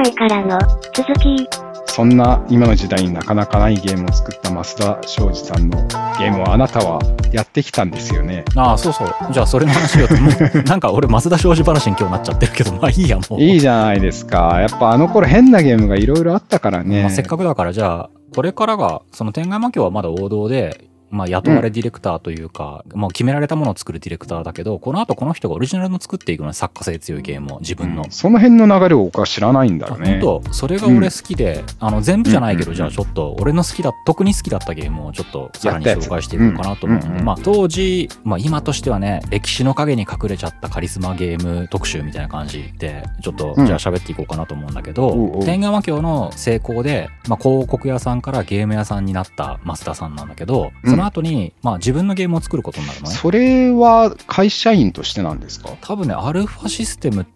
代からの続き。 そんな今の時代になかなかないゲームを作った増田庄司さんのゲームをあなたはやってきたんですよね。 ああ、そうそう。じゃあそれの話をもうなんか俺増田庄司話に今日なっちゃってるけど、まあいいや、もう。 いいじゃないですか。やっぱあの頃変なゲームがいろいろあったからね。 せっかくだからじゃあこれからがその天外魔境はまだ王道で、雇われディレクターというか、決められたものを作るディレクターだけど、この後この人がオリジナルの作っていくのに作家性強いゲームを自分の、 その辺の流れを僕は知らないんだよね。 本当それが俺好きで、全部じゃないけど、じゃあちょっと俺の特に好きだったゲームをちょっとさらに紹介していこうかなと思うので、当時、今としてはね、歴史の陰に隠れちゃったカリスマゲーム特集みたいな感じでちょっとじゃあ喋っていこうかなと思うんだけど、天外魔境の成功で、広告屋さんからゲーム屋さんになった増田さんなんだけど、その後に自分のゲームを作ることになるのね。 それは会社員としてなんですか？ 多分ね、アルファシステムって、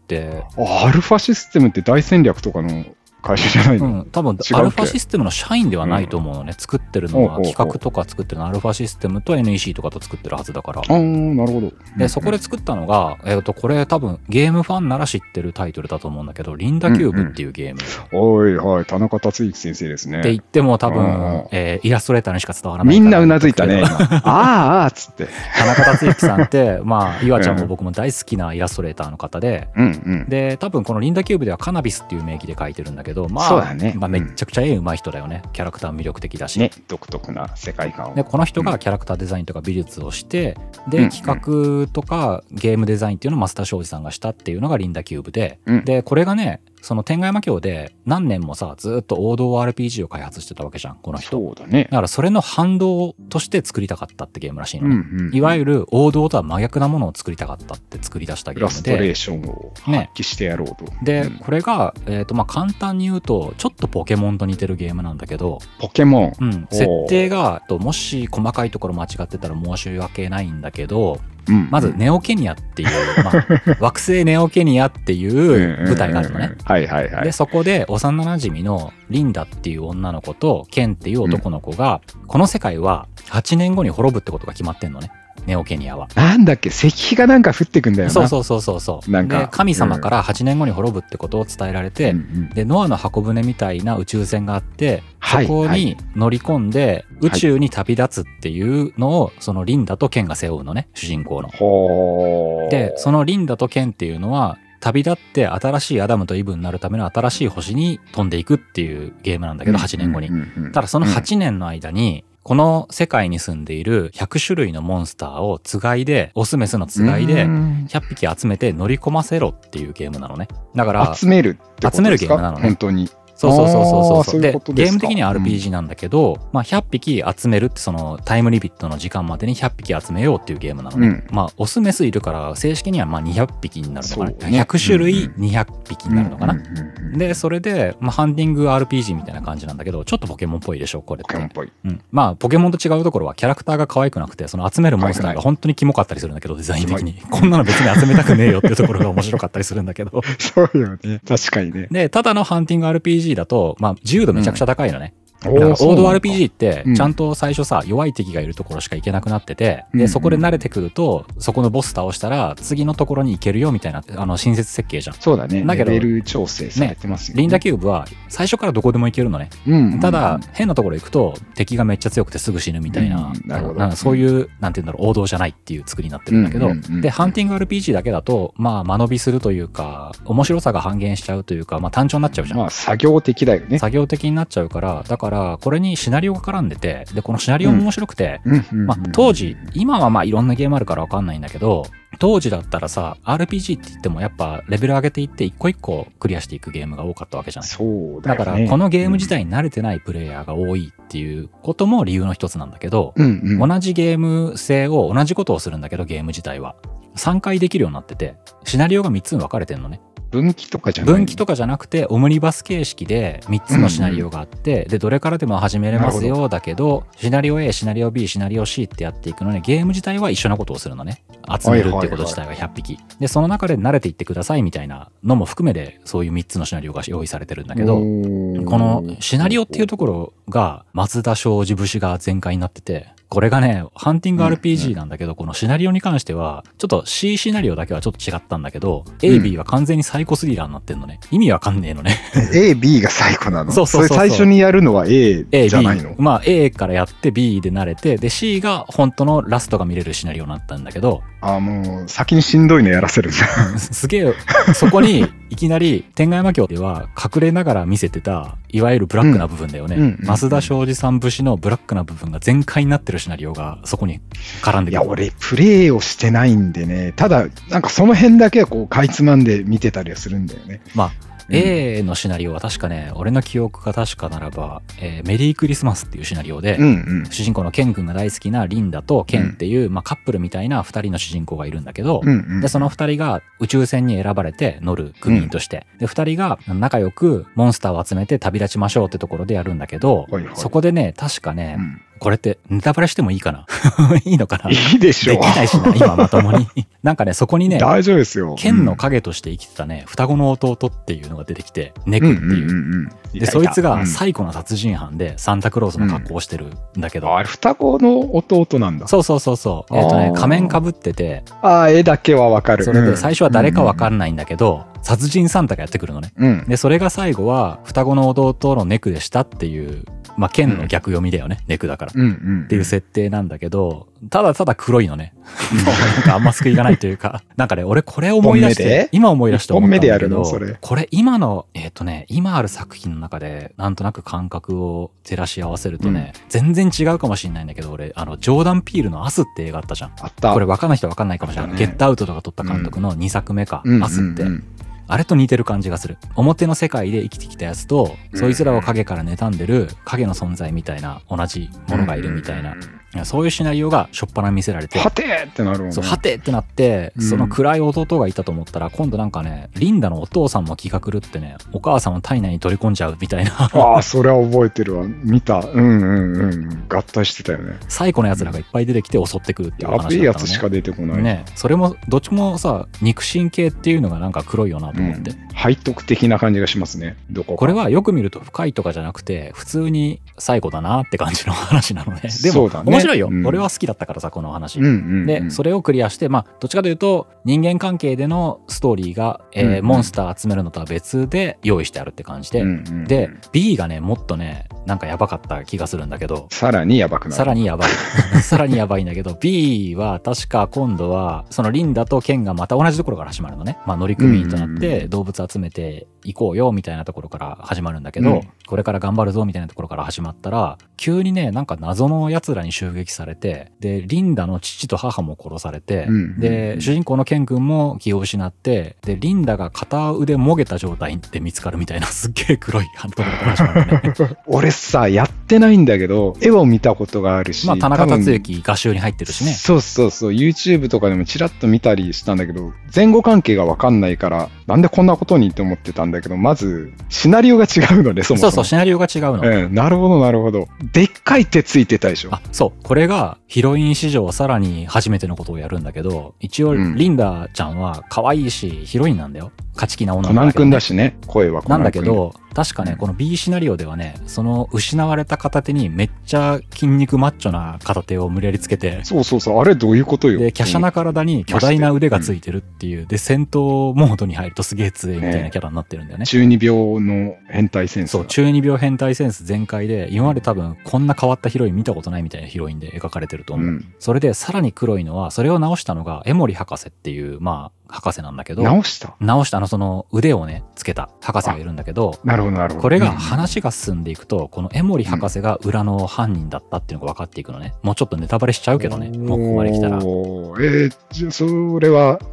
アルファシステムって大戦略とかの会社じゃないの？ 多分アルファシステムの社員ではないと思うのね。作ってるのは企画とか作ってるのはアルファシステムと NEC とかと作ってるはずだから。 なるほど。 でそこで作ったのが、これ多分ゲームファンなら知ってるタイトルだと思うんだけど、リンダキューブっていうゲーム。 はい、田中達之先生ですね。 って言っても多分、イラストレーターにしか伝わらない。 みんなうなずいたね。あっつって。 田中達之さんって岩ちゃんも僕も大好きなイラストレーターの方で、で多分このリンダキューブではカナビスっていう名義で書いてるんだけど、 そうだね。 めちゃくちゃ絵うまい人だよね。キャラクター魅力的だし、 ね、独特な世界観を。 でこの人がキャラクターデザインとか美術をして、で企画とかゲームデザインっていうのを増田庄司さんがしたっていうのがリンダキューブで、でこれがね、その天外魔境で何年もさずっと王道 RPG を開発してたわけじゃん、この人。 そうだね。 だからそれの反動として作りたかったってゲームらしいのね。いわゆる王道とは真逆なものを作りたかったって作り出したゲームで、 フラストレーションを発揮してやろうと。 でこれが、簡単に言うとちょっとポケモンと似てるゲームなんだけど、 ポケモン、 設定がもし細かいところ間違ってたら申し訳ないんだけど、まずネオケニアっていう、惑星ネオケニアっていう舞台があるのね。でそこで幼なじみのリンダっていう女の子とケンっていう男の子が、この世界は8年後に滅ぶってことが決まってんのね、ネオケニアは。 なんだっけ、石碑がなんか降ってくんだよな。 そうなんかで神様から8年後に滅ぶってことを伝えられて、でノアの箱舟みたいな宇宙船があって、そこに乗り込んで宇宙に旅立つっていうのを、そのリンダとケンが背負うのね、主人公の。でそのリンダとケンっていうのは旅立って新しいアダムとイブになるための新しい星に飛んでいくっていうゲームなんだけど、8年後に。ただその8年の間にこの世界に住んでいる100種類のモンスターをつがいで、オスメスのつがいで100匹集めて乗り込ませろっていうゲームなのね。だから集めるってことですか？ 集めるゲームなのね。 本当に。 そうでゲーム的には RPG なんだけど、100匹集めるってそのタイムリミットの時間までに100匹集めようっていうゲームなのね。オスメスいるから正式には200匹になるのかな、100種類200匹になるのかな。でそれで、ハンティング RPG みたいな感じなんだけど、ちょっとポケモンっぽいでしょこれって。ポケモンっぽい。ポケモンと違うところはキャラクターが可愛くなくて、その集めるモンスターが本当にキモかったりするんだけど、デザイン的にこんなの別に集めたくねえよっていうところが面白かったりするんだけどそうよね、確かにね。 でただのハンティング RPG だと、自由度めちゃくちゃ高いのね。だから王道 RPG ってちゃんと最初さ、弱い敵がいるところしか行けなくなってて、でそこで慣れてくるとそこのボス倒したら次のところに行けるよみたいな親切設計じゃん。 そうだね。 だけどレベル調整されてますよね。 リンダキューブは最初からどこでも行けるのね。ただ変なところ行くと敵がめっちゃ強くてすぐ死ぬみたいな、そういうなんていうんだろう、王道じゃないっていう作りになってるんだけど、でハンティング RPG だけだと間延びするというか、面白さが半減しちゃうというか、単調になっちゃうじゃん。 作業的だよね。 作業的になっちゃうから、だからこれにシナリオが絡んでて、でこのシナリオも面白くて、当時、今はいろんなゲームあるから分かんないんだけど、当時だったらさ RPG って言ってもやっぱレベル上げていって一個一個クリアしていくゲームが多かったわけじゃない。 そうだよね。 だからこのゲーム自体に慣れてないプレイヤーが多いっていうことも理由の一つなんだけど、同じゲーム性を同じことをするんだけど、ゲーム自体は3回できるようになってて、シナリオが3つに分かれてんのね。 分岐とかじゃない。 分岐とかじゃなくてオムニバス形式で3つのシナリオがあって、でどれからでも始めれますよだけど、シナリオ A シナリオ B シナリオ C ってやっていくので、ゲーム自体は一緒なことをするのね。 集めるってこと自体が100匹。で、その中で慣れていってくださいみたいなのも含めて、そういう3つのシナリオが用意されてるんだけど、このシナリオっていうところが、松田庄司節が全開になってて、これがね、ハンティング RPG なんだけど、このシナリオに関しては、ちょっと C シナリオだけはちょっと違ったんだけど、A、B は完全にサイコスリラーになってんのね。意味わかんねえのね。 A、B がサイコなの？ そうそうそう。 それ最初にやるのは A じゃないの？ まあ A からやって B で慣れて、で C が本当のラストが見れるシナリオになったんだけど。 もう先にしんどいのやらせるんだ。 すげえ、そこにいきなり天外魔境では隠れながら見せてた、いわゆるブラックな部分だよね。増田庄司さん節のブラックな部分が全開になってるシナリオがそこに絡んでくる。 いや、俺プレイをしてないんでね、ただなんかその辺だけはこうかいつまんで見てたりはするんだよね。 まあA のシナリオは確かね、俺の記憶が確かならば、メリークリスマスっていうシナリオで、主人公のケン君が大好きなリンダとケンっていう、まあ、カップルみたいな2人の主人公がいるんだけど、でその2人が宇宙船に選ばれて乗る組員として、で2人が仲良くモンスターを集めて旅立ちましょうってところでやるんだけど、そこでね、確かね、これってネタバレしてもいいかな？いいのかな？ いいでしょう。 できないしな、今まともに。なんかね、そこにね、 大丈夫ですよ。 剣の影として生きてたね、双子の弟っていうのが出てきて、ネクっていう。で、そいつが最古の殺人犯でサンタクロースの格好をしてるんだけど。 あれ、双子の弟なんだ。 そう。仮面かぶってて。 絵だけはわかる。 それで最初は誰かわかんないんだけど、殺人サンタがやってくるのね。で、それが最後は双子の弟のネクでしたっていう、まあ、剣の逆読みだよね、ネクだから。っていう設定なんだけど、ただただ黒いのね。なんかあんま救いがないというか、なんかね、俺これ思い出して、今思い出して思ったんだけど、これ今の、今ある作品の中で、なんとなく感覚を照らし合わせるとね、全然違うかもしれないんだけど、俺、ジョーダン・ピールのアスって映画あったじゃん。これ分かんない人は分かんないかもしれない。ゲットアウトとか撮った監督の2作目か、アスって。あれと似てる感じがする。表の世界で生きてきたやつと、そいつらを影から妬んでる影の存在みたいな同じものがいるみたいな。そういうシナリオがしょっぱな見せられて。 はてーってなるもんね。 そう、はてーってなって、その暗い弟がいたと思ったら、今度なんかね、リンダのお父さんも気が狂ってね、お母さんを体内に取り込んじゃうみたいな。 ああ、それは覚えてるわ。見た。合体してたよね。 最古の奴らがいっぱい出てきて襲ってくるっていう話だったのね。 やべえやつしか出てこない。 ね、それも、どっちもさ、肉親系っていうのがなんか黒いよなと思って。 背徳的な感じがしますね。 これはよく見ると深いとかじゃなくて、普通に最古だなって感じの話なのね。でも、面白いよ。俺は好きだったからさ、この話。で、それをクリアして、まあ、どっちかというと、人間関係でのストーリーが、モンスター集めるのとは別で用意してあるって感じで、で、B がね、もっとね、なんかやばかった気がするんだけど、 さらにやばくなる。 さらにやばい。さらにやばいんだけど、B は確か今度は、そのリンダとケンがまた同じところから始まるのね。まあ、乗組員となって動物集めていこうよみたいなところから始まるんだけど、これから頑張るぞみたいなところから始まったら、急にね、なんか謎の奴らに襲撃されて、で、リンダの父と母も殺されて、で、主人公のケン君も気を失って、で、リンダが片腕もげた状態で見つかるみたいな、すっげえ黒いところから始まるね。 俺さ、やってないんだけど、絵を見たことがあるし、 まあ、田中達之画集に入ってるしね。 そう、YouTube とかでもちらっと見たりしたんだけど、前後関係がわかんないから、なんでこんなことにって思ってたんだけど、まず、シナリオが違うので、そもそも。 そう、シナリオが違うの。 なるほど。でっかい手ついてたでしょ。 そう。これが、ヒロイン史上さらに初めてのことをやるんだけど、一応、リンダちゃんは可愛いし、ヒロインなんだよ。勝ち気な女の子だけどね。 コナン君だしね、声はコナン君。 なんだけど、確かね、この B シナリオではね、その失われた片手にめっちゃ筋肉マッチョな片手を無理やりつけて。 そう、あれどういうことよ。 で、華奢な体に巨大な腕がついてるっていう。で、戦闘モードに入るとすげえ強いみたいなキャラになってるんだよね。 中二病の変態センス。 そう、中二病変態センス全開で、今まで多分こんな変わったヒロイン見たことないみたいなヒロインで描かれてると思う。それでさらに黒いのは、それを直したのが江守博士っていう、まあ、博士なんだけど。 直したその腕をね、つけた博士がいるんだけど。 なるほど。 これが話が進んでいくと、この江守博士が裏の犯人だったっていうのが分かっていくのね。もうちょっとネタバレしちゃうけどね。もうここまで来たら。 じゃあそれは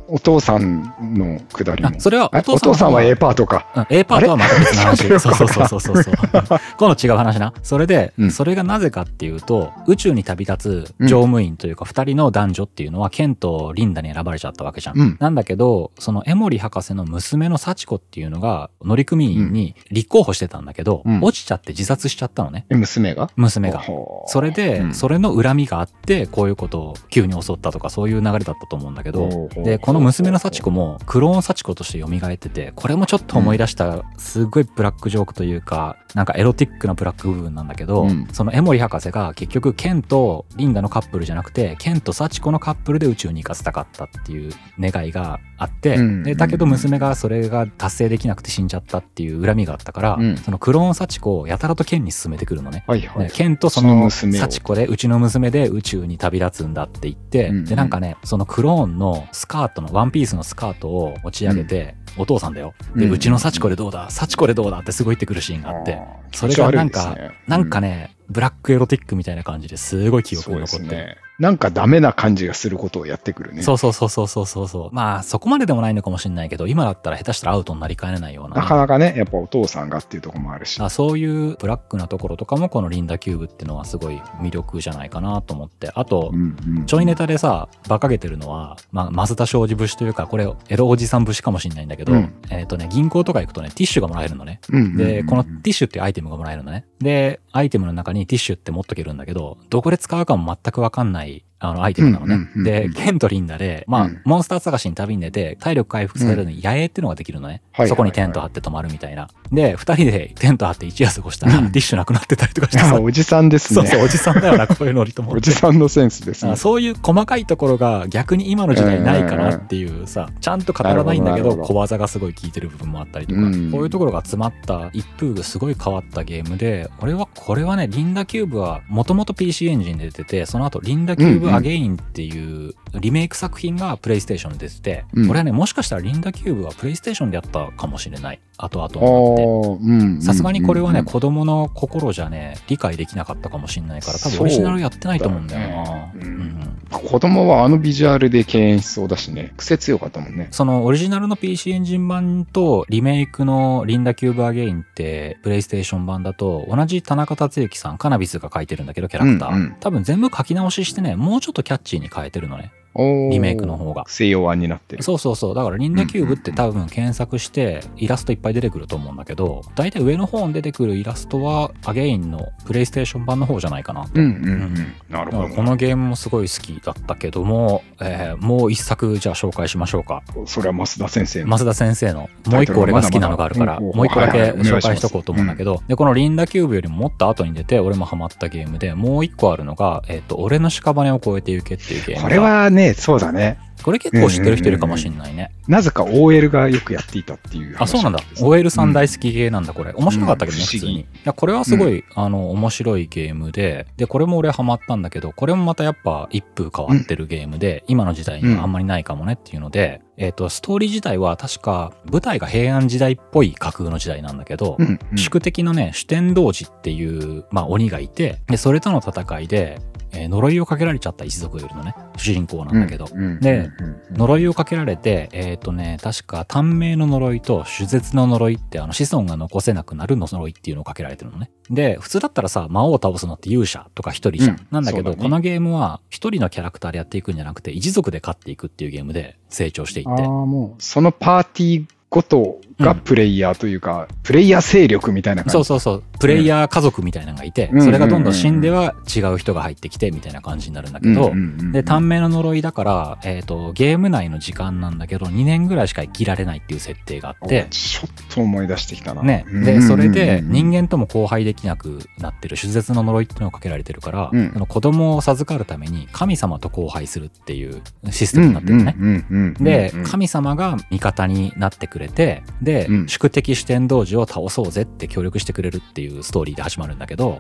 お父さんのくだりも。 それはお父さんは A パートか。 A パートはまた別の話。そう。今度違う話な。それで、それがなぜかっていうと、宇宙に旅立つ乗務員というか2人の男女っていうのは、ケンとリンダに選ばれちゃったわけじゃん。なんだけど、その江守博士の娘の幸子っていうのが、乗組員に立候補してたんだけど、落ちちゃって自殺しちゃったのね。 娘が。 それで、それの恨みがあって、こういうことを急に襲ったとか、そういう流れだったと思うんだけど、で、この娘の幸子も、クローン幸子として蘇ってて、これもちょっと思い出した、すごいブラックジョークというか、なんかエロティックなブラック部分なんだけど、その江守博士が結局、ケンとリンダのカップルじゃなくて、ケンと幸子のカップルで宇宙に行かせたかったっていう願いがあって、でだけど娘がそれが達成できなくて死んじゃったっていう恨みがあったから、そのクローン幸子をやたらとケンに勧めてくるのね。ケンとその幸子で、うちの娘で宇宙に旅立つんだって言って、でなんかね、そのクローンのスカートのワンピースのスカートを持ち上げて、お父さんだよ。で、うちの幸子でどうだ、幸子でどうだってすごい言ってくるシーンがあって、それがなんかね、ブラックエロティックみたいな感じですごい記憶に残ってる。 なんかダメな感じがすることをやってくるね。 そう。まあそこまででもないのかもしれないけど、今だったら下手したらアウトになりかねないような、 なかなかね、やっぱお父さんがっていうところもあるし。 そういうブラックなところとかもこのリンダキューブっていうのはすごい魅力じゃないかなと思って。あと、ちょいネタでさ、馬鹿げてるのは、増田庄司節というか、これエロおじさん節かもしれないんだけど、銀行とか行くとね、ティッシュがもらえるのね。で、このティッシュっていうアイテムがもらえるのね。で、アイテムの中にティッシュって持っとけるんだけど、どこで使うかも全くわかんないアイテムなのね。で、ケンとリンダで、モンスター探しに旅に出て、体力回復されるのに野営っていうのができるのね。そこにテント張って泊まるみたいな。で、二人でテント張って一夜過ごしたら、ティッシュなくなってたりとかしてさ。 おじさんですね。 そう、おじさんだよな、こういうノリと思って。 おじさんのセンスですね。 そういう細かいところが逆に今の時代ないかなっていうさ、ちゃんと語らないんだけど、小技がすごい効いてる部分もあったりとか、こういうところが詰まった一風がすごい変わったゲームで、これはね、リンダキューブはもともと PC エンジンで出てて、その後リンダキューブアゲインっていうリメイク作品がプレイステーションで出てて、俺はね、もしかしたらリンダキューブはプレイステーションでやったかもしれない。後々思って。さすがにこれはね、子供の心じゃね、理解できなかったかもしれないから、多分オリジナルやってないと思うんだよな。 子供はあのビジュアルで敬遠しそうだしね、癖強かったもんね。 そのオリジナルの PC エンジン版とリメイクのリンダキューブアゲインってプレイステーション版だと同じ田中達之さん、カナビスが書いてるんだけどキャラクター、多分全部書き直ししてね、もうちょっとキャッチーに変えてるのね。リメイクの方が西洋案になってる。 そうだからリンダキューブって多分検索してイラストいっぱい出てくると思うんだけど、大体上の方に出てくるイラストはアゲインのプレイステーション版の方じゃないかなと。 なるほど。 このゲームもすごい好きだったけども、もう一作じゃあ紹介しましょうか。 それは増田先生のもう一個俺が好きなのがあるから、もう一個だけ紹介しとこうと思うんだけど、でこのリンダキューブよりももっと後に出て俺もハマったゲームで、もう一個あるのが俺の屍を越えてゆけっていうゲーム。 これはね、そうだね。 これ結構知ってる人いるかもしれないね。 なぜか OL がよくやっていたっていう。 そうなんだ。OL さん大好きゲーなんだ、これ。面白かったけどね、普通に。いや、これはすごい、面白いゲームで、これも俺ハマったんだけど、これもまたやっぱ一風変わってるゲームで、今の時代にはあんまりないかもねっていうので、ストーリー自体は確か舞台が平安時代っぽい架空の時代なんだけど、宿敵のね、酒呑童子っていう、鬼がいて、で、それとの戦いで、呪いをかけられちゃった一族がいるのね。主人公なんだけど。で、呪いをかけられて、確か短命の呪いと手絶の呪いって子孫が残せなくなる呪いっていうのをかけられてるのね。で、普通だったらさ、魔王を倒すのって勇者とか一人じゃん。なんだけど、このゲームは一人のキャラクターでやっていくんじゃなくて、一族で勝っていくっていうゲームで成長していって。 もう、そのパーティーごとがプレイヤーというか、プレイヤー勢力みたいな感じ。 そう。プレイヤー家族みたいなのがいて、それがどんどん死んでは違う人が入ってきてみたいな感じになるんだけど、で、短命の呪いだから、ゲーム内の時間なんだけど、2年ぐらいしか生きられないっていう設定があって。 ちょっと思い出してきたな。 ね。で、それで人間とも交配できなくなってる手絶の呪いっていうのをかけられてるから、その子供を授かるために神様と交配するっていうシステムになってるね。で、神様が味方になってくれて、で、宿敵酒呑童子を倒そうぜって協力してくれるっていうストーリーで始まるんだけど、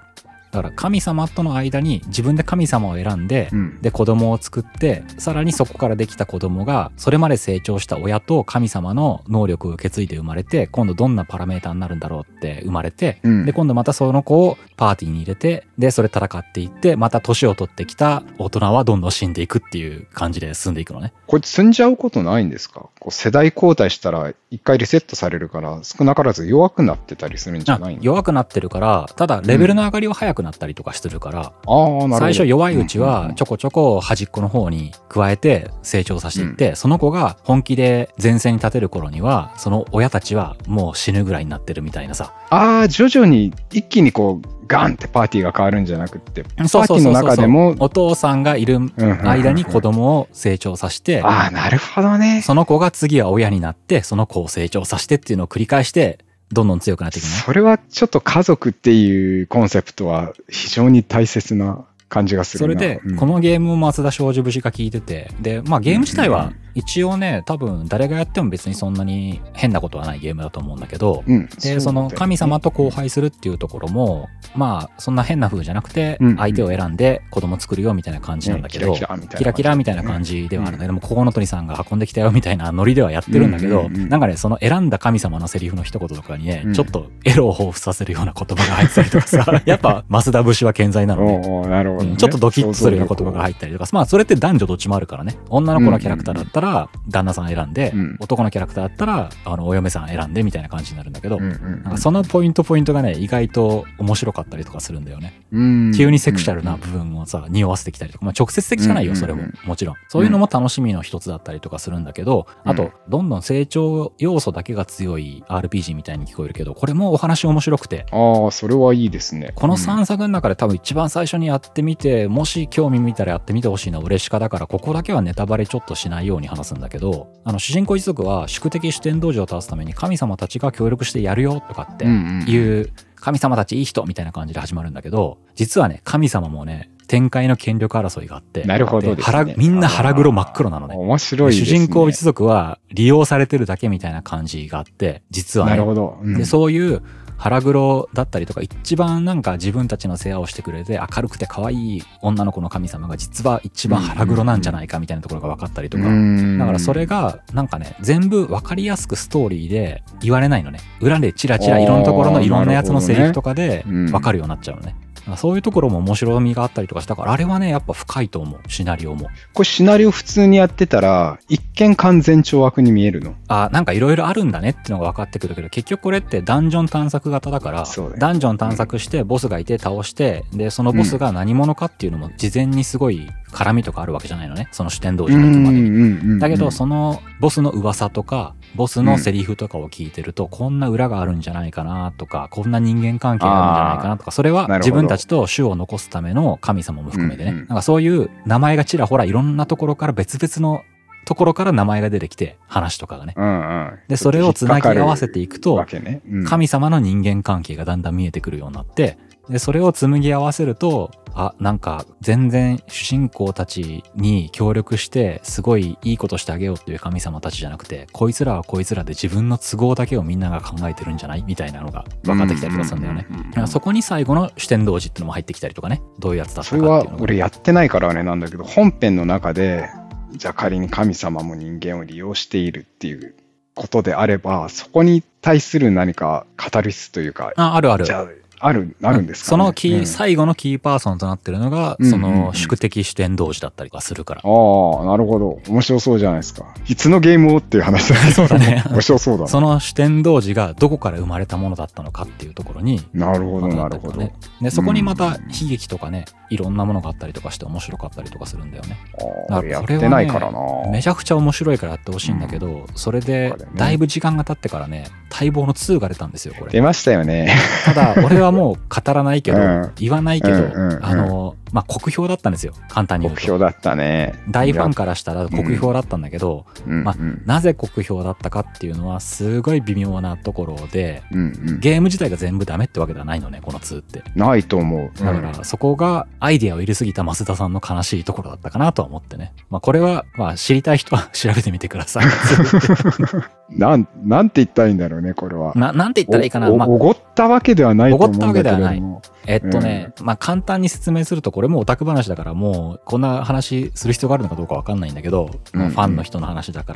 だから神様との間に自分で神様を選んで、で子供を作って、さらにそこからできた子供がそれまで成長した親と神様の能力を受け継いで生まれて、今度どんなパラメーターになるんだろうって生まれて、で今度またその子をパーティーに入れて、でそれ戦っていって、また年を取ってきた大人はどんどん死んでいくっていう感じで進んでいくのね。 これ積んじゃうことないんですか？こう世代交代したら一回リセットされるから、少なからず弱くなってたりするんじゃないの？ 弱くなってるから、ただレベルの上がりは早くなったりとかするから、最初弱いうちはちょこちょこ端っこの方に加えて成長させていって、その子が本気で前線に立てる頃には、その親たちはもう死ぬぐらいになってるみたいなさ。 徐々に一気にこうガンってパーティーが変わるんじゃなくって、パーティーの中でもお父さんがいる間に子供を成長させて、 なるほどね。 その子が次は親になって、その子を成長させてっていうのを繰り返して、どんどん強くなっていくね。 それはちょっと家族っていうコンセプトは非常に大切な感じがするな。 それで、このゲームも松田正治節が聞いてて、で、まあゲーム自体は一応ね、多分誰がやっても別にそんなに変なことはないゲームだと思うんだけど、で、その神様と交配するっていうところも、まあそんな変な風じゃなくて、相手を選んで子供作るよみたいな感じなんだけど、キラキラみたいな感じではあるんだけども、ここの鳥さんが運んできたよみたいなノリではやってるんだけど、なんかね、その選んだ神様のセリフの一言とかにね、ちょっとエロを彷彿させるような言葉が入ってたりとかさ、やっぱ増田節は健在なので、 なるほどね、 ちょっとドキッとするような言葉が入ったりとか、まあそれって男女どっちもあるからね。女の子のキャラクターだったら旦那さん選んで、男のキャラクターだったらお嫁さん選んでみたいな感じになるんだけど、なんかそのポイントがね、意外と面白かったりとかするんだよね。急にセクシャルな部分をさ、匂わせてきたりとか、まあ直接的じゃないよ、それも。もちろん。そういうのも楽しみの一つだったりとかするんだけど、あと、どんどん成長要素だけが強い RPG みたいに聞こえるけど、これもお話面白くて。 それはいいですね。 この3作の中で多分一番最初にやってみて、もし興味見たらやってみてほしいのは嬉しかだから、ここだけはネタバレちょっとしないように話すんだけど、主人公一族は宿敵主天童子を倒すために神様たちが協力してやるよとかっていう、神様たちいい人みたいな感じで始まるんだけど、実はね、神様もね、展開の権力争いがあって、 なるほどですね。 みんな腹黒真っ黒なのね。 面白いですね。 主人公一族は利用されてるだけみたいな感じがあって、実はね。 なるほど。 で、そういう腹黒だったりとか、一番なんか自分たちの世話をしてくれて明るくて可愛い女の子の神様が実は一番腹黒なんじゃないかみたいなところが分かったりとか、だからそれがなんかね、全部分かりやすくストーリーで言われないのね。裏でチラチラいろんなところのいろんなやつのセリフとかで分かるようになっちゃうのね。そういうところも面白みがあったりとかしたから、あれはね、やっぱ深いと思う、シナリオも。 これシナリオ普通にやってたら、一見完全懲悪に見えるの？ なんかいろいろあるんだねっていうのが分かってくるけど、結局これってダンジョン探索型だから、ダンジョン探索してボスがいて倒して、で、そのボスが何者かっていうのも事前にすごい絡みとかあるわけじゃないのね。その主天童子に行くまでに。だけど、そのボスの噂とか、ボスのセリフとかを聞いてると、こんな裏があるんじゃないかなとか、こんな人間関係があるんじゃないかなとか、それは自分たちと種を残すための神様も含めてね、なんかそういう名前がちらほらいろんなところから別々のところから名前が出てきて、話とかがね。で、それをつなぎ合わせていくと、神様の人間関係がだんだん見えてくるようになって、で、それを紡ぎ合わせると、なんか全然主人公たちに協力してすごいいいことしてあげようっていう神様たちじゃなくて、こいつらはこいつらで自分の都合だけをみんなが考えてるんじゃないみたいなのが分かってきたりとかするんだよね。そこに最後の主天童子っていうのも入ってきたりとかね、どういうやつだったかっていうのが。 それは俺やってないからあれなんだけど、本編の中でじゃあ仮に神様も人間を利用しているっていうことであれば、そこに対する何かカタルシスというか、 あるある。 じゃあるんですかね。 その最後のキーパーソンとなってるのが、その宿敵主天童子だったりとかするから。 なるほど。面白そうじゃないですか。いつのゲームをっていう話だね。 そうだね。 面白そうだな。 その主天童子がどこから生まれたものだったのかっていうところに。 なるほど。 で、そこにまた悲劇とかね、いろんなものがあったりとかして面白かったりとかするんだよね。 やってないからな。 めちゃくちゃ面白いからやってほしいんだけど、それでだいぶ時間が経ってからね、待望の2が出たんですよ、これ。 出ましたよね。 ただ、俺はもう語らないけど、言わないけど、酷評だったんですよ、簡単に言うと。 酷評だったね。 大ファンからしたら酷評だったんだけど、なぜ酷評だったかっていうのはすごい微妙なところで、ゲーム自体が全部ダメってわけではないのね、この2って。 ないと思う。 だからそこがアイデアを入れすぎた増田さんの悲しいところだったかなとは思ってね。これは知りたい人は調べてみてください。 なんて言ったらいいんだろうね、これは。 なんて言ったらいいかな。 おごったわけではないと思うんだけれども。 簡単に説明すると、これもオタク話だから、もうこんな話する必要があるのかどうかわかんないんだけど、ファンの人の話だから。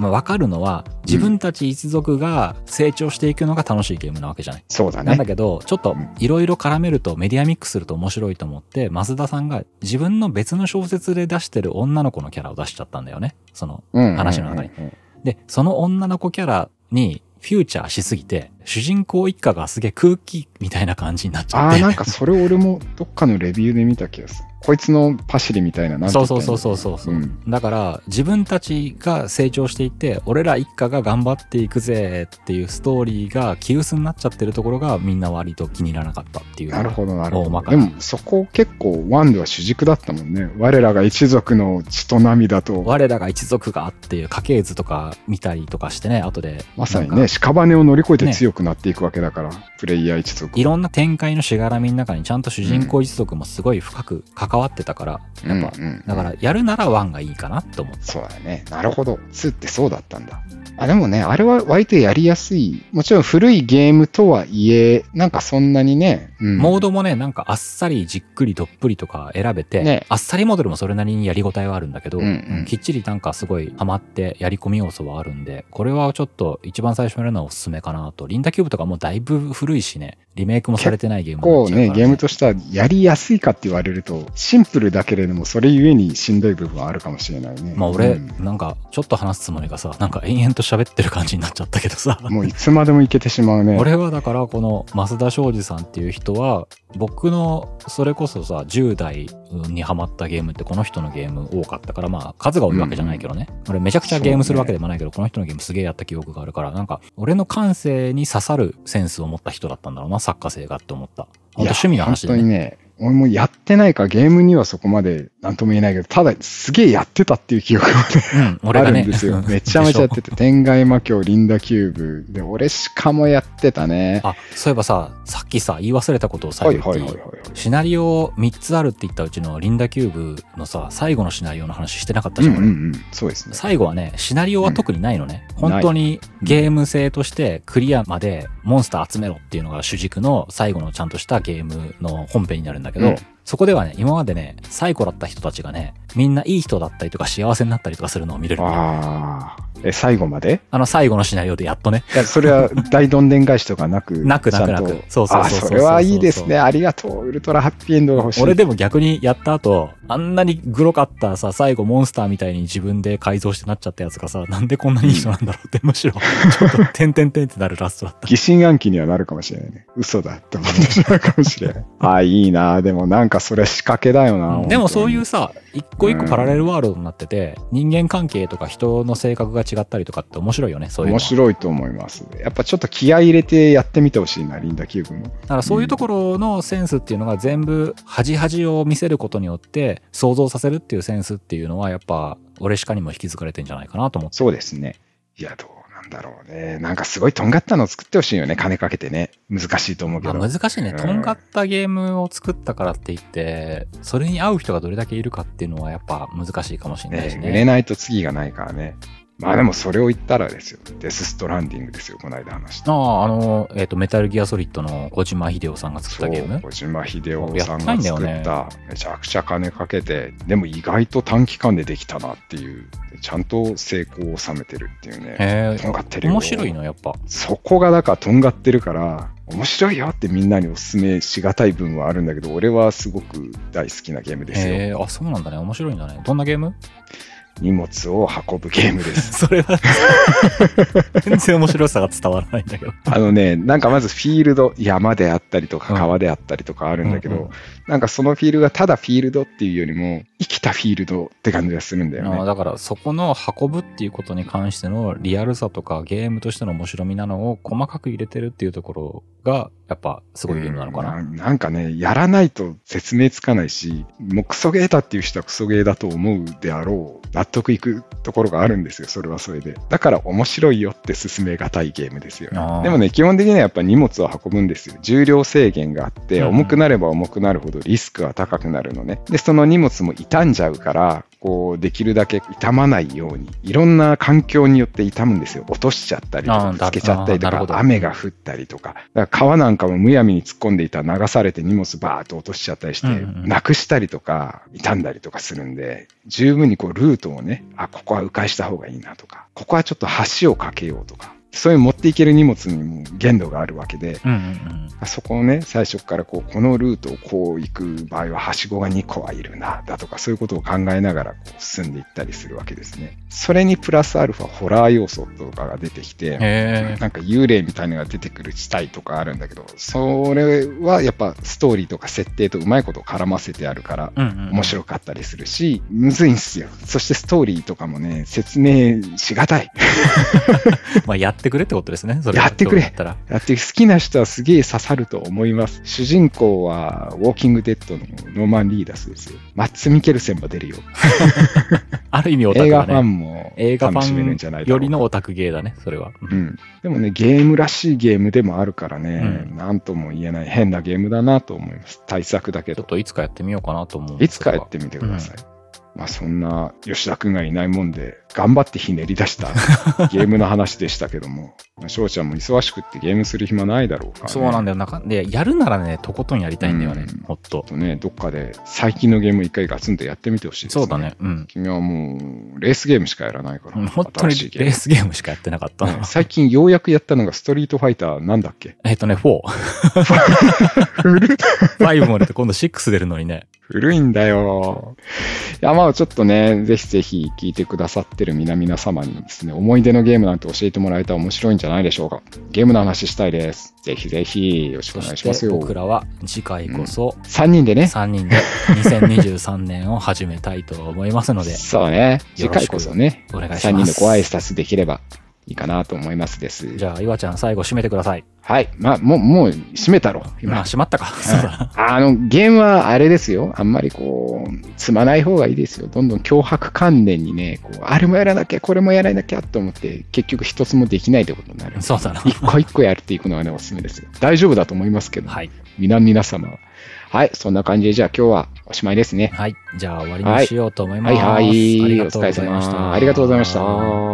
わかるのは、自分たち一族が成長していくのが楽しいゲームなわけじゃない。 そうだね。 なんだけど、ちょっといろいろ絡めると、メディアミックスすると面白いと思って、増田さんが自分の別の小説で出してる女の子のキャラを出しちゃったんだよね。その話の中に。で、その女の子キャラにフューチャーしすぎて、主人公一家がすげえ空気みたいな感じになっちゃって。 なんかそれ俺もどっかのレビューで見た気がする。こいつのパシリみたいな、なんて言ったらいいの？ そう。だから自分たちが成長していって、俺ら一家が頑張っていくぜっていうストーリーが急須になっちゃってるところがみんな割と気に入らなかったっていう。 なるほど。でもそこ結構ワンでは主軸だったもんね。我らが一族の血と涙と。 我らが一族がっていう家系図とか見たりとかしてね、後で。 まさにね、屍を乗り越えて強くなっていくわけだから、プレイヤー一族。 いろんな展開のしがらみの中にちゃんと主人公一族もすごい深く関わってたから、やっぱ、だからやるなら1がいいかなと思って。 そうだね。なるほど。2ってそうだったんだ。でもね、あれは割とやりやすい。もちろん古いゲームとはいえ、なんかそんなにね。 モードもね、なんかあっさりじっくりどっぷりとか選べて、ね、あっさりモデルもそれなりにやりごたえはあるんだけど、きっちりなんかすごいハマってやり込み要素はあるんで、これはちょっと一番最初にやるのはおすすめかなと。リンダキューブとかもうだいぶ古いしね、リメイクもされてないゲームになっちゃうから、ね。 結構ね、ゲームとしてはやりやすいかって言われると、シンプルだけれども、それゆえにしんどい部分はあるかもしれないね。 まあ俺、なんかちょっと話すつもりがさ、なんか延々と喋ってる感じになっちゃったけどさ。 もういつまでもいけてしまうね。 俺はだからこの増田昌司さんっていう人は、僕のそれこそさ、10代にハマったゲームってこの人のゲーム多かったから、まあ数が多いわけじゃないけどね。俺めちゃくちゃゲームするわけでもないけど、この人のゲームすげえやった記憶があるから、なんか俺の感性に刺さるセンスを持った人だったんだろうな、作家性がって思った。本当趣味の話でね。 本当にね、俺もやってないからゲームにはそこまでなんとも言えないけど、ただすげえやってたっていう記憶がね、あるんですよ。めちゃめちゃやってて、天外魔境、リンダキューブで、俺しかもやってたね。 あ、そういえばさ、さっきさ、言い忘れたことを最後に、シナリオ3つあるって言ったうちのリンダキューブのさ、最後のシナリオの話してなかったじゃん、 そうですね。 最後はね、シナリオは特にないのね。本当にゲーム性としてクリアまでモンスター集めろっていうのが主軸の最後のちゃんとしたゲームの本編になるんだけど、そこではね、今までね、最古だった人たちがね、みんないい人だったりとか幸せになったりとかするのを見れる。 最後まで？ 最後のシナリオでやっとね。 いや、それは大どんでん返しとかなく。 なく。そう。 それはいいですね。ありがとう。ウルトラハッピーエンドが欲しい。 俺でも逆にやった後、あんなにグロかったさ、最後モンスターみたいに自分で改造してなっちゃったやつがさ、なんでこんなにいい人なんだろうって、むしろ、ちょっと、てんってなるラストだった。 疑心暗鬼にはなるかもしれないね。嘘だって思ってしまうかもしれない。いいな。でもなんかそれ仕掛けだよな。 でもそういうさ、一個一個パラレルワールドになってて、人間関係とか人の性格が違ったりとかって面白いよね、そういうの。 面白いと思います。やっぱちょっと気合い入れてやってみてほしいな、リンダキューブも。 だからそういうところのセンスっていうのが全部端々を見せることによって想像させるっていうセンスっていうのはやっぱ俺しかにも引き継がれてんじゃないかなと思って。 そうですね。いや、どうなんだろうね。なんかすごいとんがったのを作ってほしいよね、金かけてね。難しいと思うけど。 難しいね。とんがったゲームを作ったからって言って、それに合う人がどれだけいるかっていうのはやっぱ難しいかもしれないしね。 売れないと次がないからね。まあでもそれを言ったらですよ。デスストランディングですよ、この間話した。 メタルギアソリッドの小島秀夫さんが作ったゲーム。 小島秀夫さんが作った、めちゃくちゃ金かけて、でも意外と短期間でできたなっていう、ちゃんと成功を収めてるっていうね。とんがってるよ。 面白いの、やっぱ。 そこがだからとんがってるから、面白いよってみんなにお勧めしがたい分はあるんだけど、俺はすごく大好きなゲームですよ。 そうなんだね。面白いんだね。どんなゲーム？ 荷物を運ぶゲームです。 それは全然面白さが伝わらないんだけど。 なんかまずフィールド、山であったりとか川であったりとかあるんだけど、なんかそのフィールドがただフィールドっていうよりも生きたフィールドって感じがするんだよね。 だからそこの運ぶっていうことに関してのリアルさとかゲームとしての面白みなのを細かく入れてるっていうところがやっぱすごいゲームなのかな。 なんかね、やらないと説明つかないし、もうクソゲーだっていう人はクソゲーだと思うであろう。納得いくところがあるんですよ、それはそれで。だから面白いよって勧めがたいゲームですよ。でもね、基本的にはやっぱ荷物を運ぶんですよ。重量制限があって、重くなれば重くなるほどリスクは高くなるのね。で、その荷物も傷んじゃうから、 こう、できるだけ傷まないように、いろんな環境によって傷むんですよ。落としちゃったりとか、つけちゃったりとか、雨が降ったりとか。だから川なんかもむやみに突っ込んでいたら流されて荷物バーッと落としちゃったりして、なくしたりとか、傷んだりとかするんで、十分にこう、ルートをね、ここは迂回した方がいいなとか、ここはちょっと橋を架けようとか、そういう持っていける荷物にも限度があるわけで、そこをね、最初からこのルートをこう行く場合は、はしごが2個はいるな、だとか、そういうことを考えながらこう進んでいったりするわけですね。それにプラスアルファ、ホラー要素とかが出てきて、なんか幽霊みたいなのが出てくる地帯とかあるんだけど、それはやっぱストーリーとか設定とうまいことを絡ませてあるから、面白かったりするし、むずいんですよ。そしてストーリーとかもね、説明しがたい。 まあやってくれってことですね。それやってくれ。好きな人はすげえ刺さると思います。主人公はウォーキングデッドのノーマン・リーダスですよ。マッツ・ミケルセンも出るよ。 ある意味オタクだね。 映画ファンも楽しめるんじゃないだろうか。 よりのオタクゲーだね、それは。 でもね、ゲームらしいゲームでもあるからね、なんとも言えない変なゲームだなと思います。対策だけど。 ちょっといつかやってみようかなと思う。 いつかやってみてください。まあそんな吉田くんがいないもんで、頑張ってひねり出したゲームの話でしたけども、翔ちゃんも忙しくってゲームする暇ないだろうから、ね。 そうなんだよ。で、やるならね、とことんやりたいんだよね、ほっと。 ね、どっかで最近のゲーム一回ガツンとやってみてほしいですね。 そうだね。 君はもう、レースゲームしかやらないから。 本当にレースゲームしかやってなかったな。 最近ようやくやったのがストリートファイターなんだっけ 4。5も出て今度6出るのにね。 古いんだよ。いや、まあちょっとね、ぜひぜひ聞いてくださってる皆様にですね、思い出のゲームなんて教えてもらえたら面白いんじゃないでしょうか。ゲームの話したいです。ぜひぜひよろしくお願いしますよ。 僕らは次回こそ、 3人でね。 3人で2023年を始めたいと思いますので。 そうね。次回こそね。 お願いします。 3人でご挨拶できればいいかなと思いますです。 じゃあ、岩ちゃん最後締めてください。 はい。まあ、もう締めたろ。 今。閉まったか。そうだ。 ゲームはあれですよ。あんまりこう、積まない方がいいですよ。どんどん脅迫観念にね、あれもやらなきゃ、これもやらなきゃと思って、結局一つもできないってことになる。 そうだな。 一個一個やっていくのがね、おすすめですよ。大丈夫だと思いますけど。 はい。 皆様。はい。そんな感じで、じゃあ今日はおしまいですね。 はい。じゃあ終わりにしようと思います。 はい。お疲れ様。ありがとうございました。